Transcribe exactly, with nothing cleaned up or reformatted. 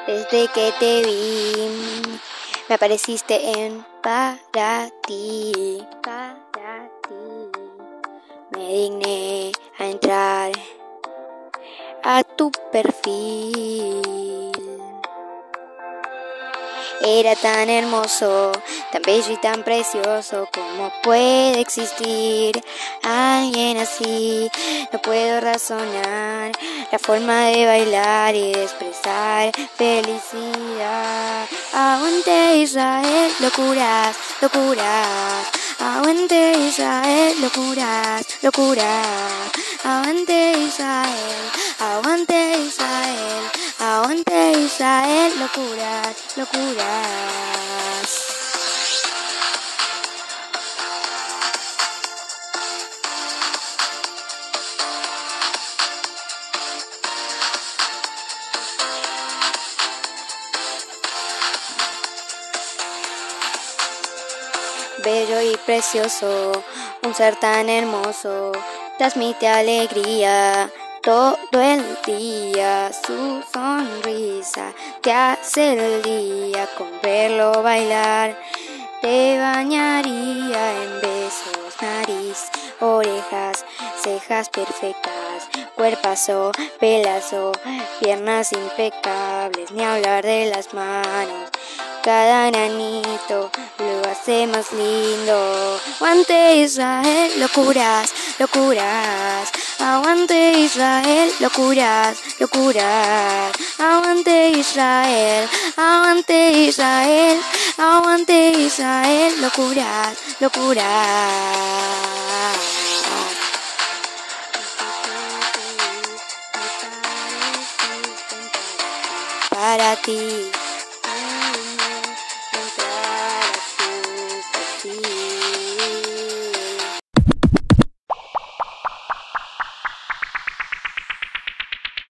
Desde que te vi, me apareciste en para ti, para ti. Me digné a entrar a tu perfil. Era tan hermoso, tan bello y tan precioso. ¿Cómo puede existir alguien así? No puedo razonar la forma de bailar y de expresar felicidad. Aguante Israel, locuras, locuras. Aguante Israel, locuras, locuras. Aguante Israel, aguante Israel. Aguante Israel, locuras, locuras. Bello y precioso, un ser tan hermoso, transmite alegría todo el día. Su sonrisa te hace el día, con verlo bailar te bañaría en besos, nariz, orejas, cejas perfectas, cuerpazo, pelazo, piernas impecables, ni hablar de las manos. Cada granito lo hace más lindo. Aguante Israel, locuras, locuras. Aguante Israel, locuras, locuras. Aguante Israel, aguante Israel. Aguante Israel, locuras, locuras. Para ti.